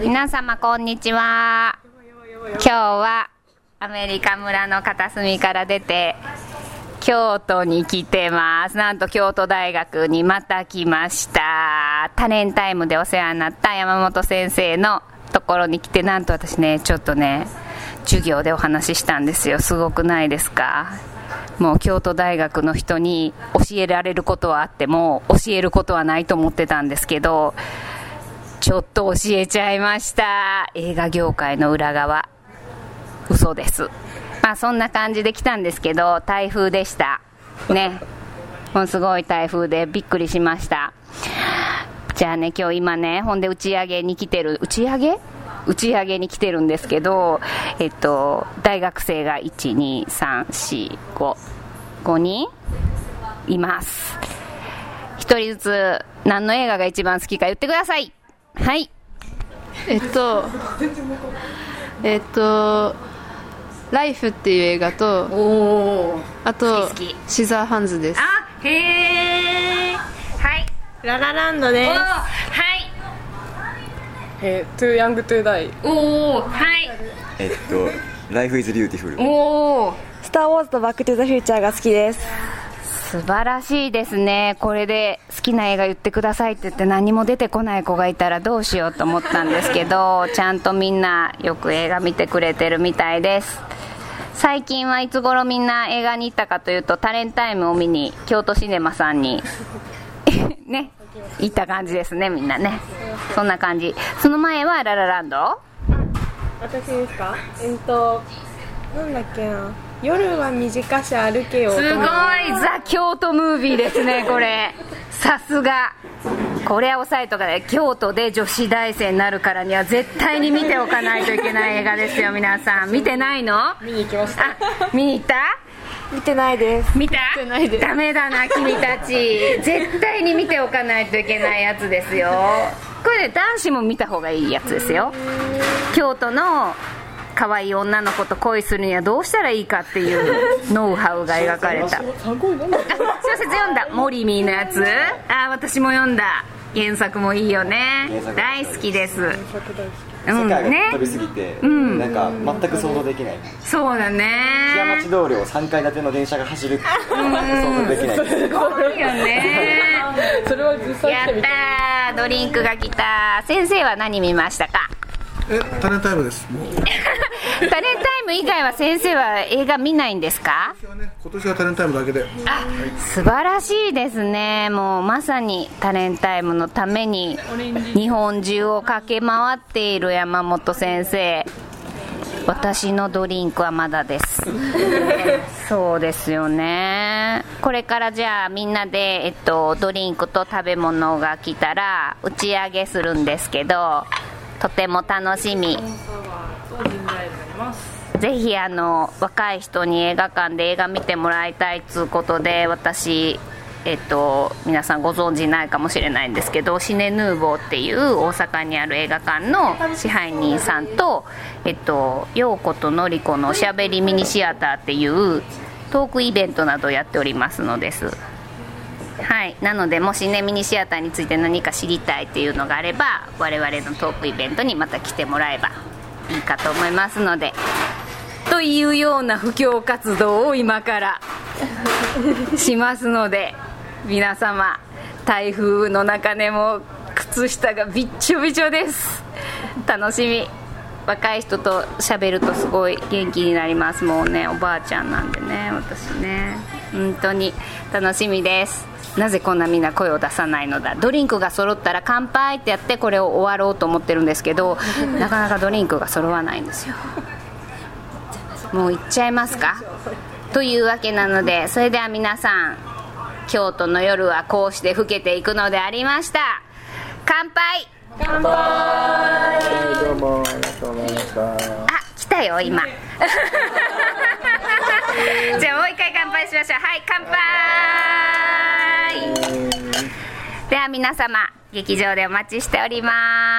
皆様こんにちは。今日はアメリカ村の片隅から出て京都に来てます。なんと京都大学にまた来ました。タレンタイムでお世話になった山本先生のところに来て、なんと私ねちょっとね授業でお話ししたんですよ。すごくないですか？もう京都大学の人に教えられることはあっても教えることはないと思ってたんですけど、ちょっと教えちゃいました。映画業界の裏側。嘘です。まあそんな感じで来たんですけど、台風でしたね。もうすごい台風でびっくりしました。じゃあね、今日今ね、ほんで打ち上げに来てる、打ち上げに来てるんですけど、大学生が1、2、3、4、5人います。一人ずつ何の映画が一番好きか言ってください。はい。 ライフっていう映画と、あとシザーハンズです。 あ、へー。はい。 ララランドです。 はい。 Too Young to Die。 おー、はい。 Life is Beautiful。 おー。 スター・ウォーズとバック・トゥ・ザ・フューチャーが好きです。 素晴らしいですね。これで好きな映画言ってくださいって言って何も出てこない子がいたらどうしようと思ったんですけど、ちゃんとみんなよく映画見てくれてるみたいです。最近はいつ頃みんな映画に行ったかというと、タレンタイムを見に京都シネマさんにね行った感じですね。みんなねそんな感じ。その前はララランド。 私ですか？なんだっけな、夜は短し歩けよ。 すごいザ・京都ムービーですねこれ。さすが。これは押さえとかね。京都で女子大生になるからには絶対に見ておかないといけない映画ですよ。皆さん見てないの？ 見に行きました。 見に行った？ 見てないです。 見た？ 見てないです。 ダメだな君たち。絶対に見ておかないといけないやつですよ。これね、男子も見た方がいいやつですよ。京都の可愛い女の子と恋するにはどうしたらいいかっていうノウハウが描かれた。小説読んだ。モリミーのやつ。私も読んだ。原作もいいよね。大好きです。 世界が飛びすぎて、なんか全く想像できない。 そうだね。 木屋町通りを3階建ての電車が走るって想像できない。 すごいよね。 それは実際やったー。ドリンクが来た。先生は何見ましたか？ タレンタイムです。 タレンタイム以外は先生は映画見ないんですか？ 今年はタレンタイムだけで。 素晴らしいですね。もうまさにタレンタイムのために日本中を駆け回っている山本先生。私のドリンクはまだですそうですよね。これからじゃあみんなで、ドリンクと食べ物が来たら打ち上げするんですけど、とても楽しみ。ぜひ若い人に映画館で映画見てもらいたいということで、私皆さんご存知ないかもしれないんですけど、シネヌーボーっていう大阪にある映画館の支配人さんと陽子とのりこのおしゃべりミニシアターっていうトークイベントなどをやっておりますのです。はい、なのでもしねミニシアターについて何か知りたいっていうのがあれば、我々のトークイベントにまた来てもらえばいいかと思いますので、というような布教活動を今からしますので、皆様台風の中でも靴下がびっちょびちょです。楽しみ。若い人と喋るとすごい元気になります。もうねおばあちゃんなんでね、私ね本当に楽しみです。なぜこんなみんな声を出さないのだ。ドリンクが揃ったら乾杯ってやってこれを終わろうと思ってるんですけど、なかなかドリンクが揃わないんですよ。もう行っちゃいますかというわけなので、それでは皆さん、京都の夜はこうして更けていくのでありました。乾杯。 乾杯。 どうもありがとうございました。 来たよ今じゃあもう一回乾杯しましょう。はい、乾杯。では皆様劇場でお待ちしております。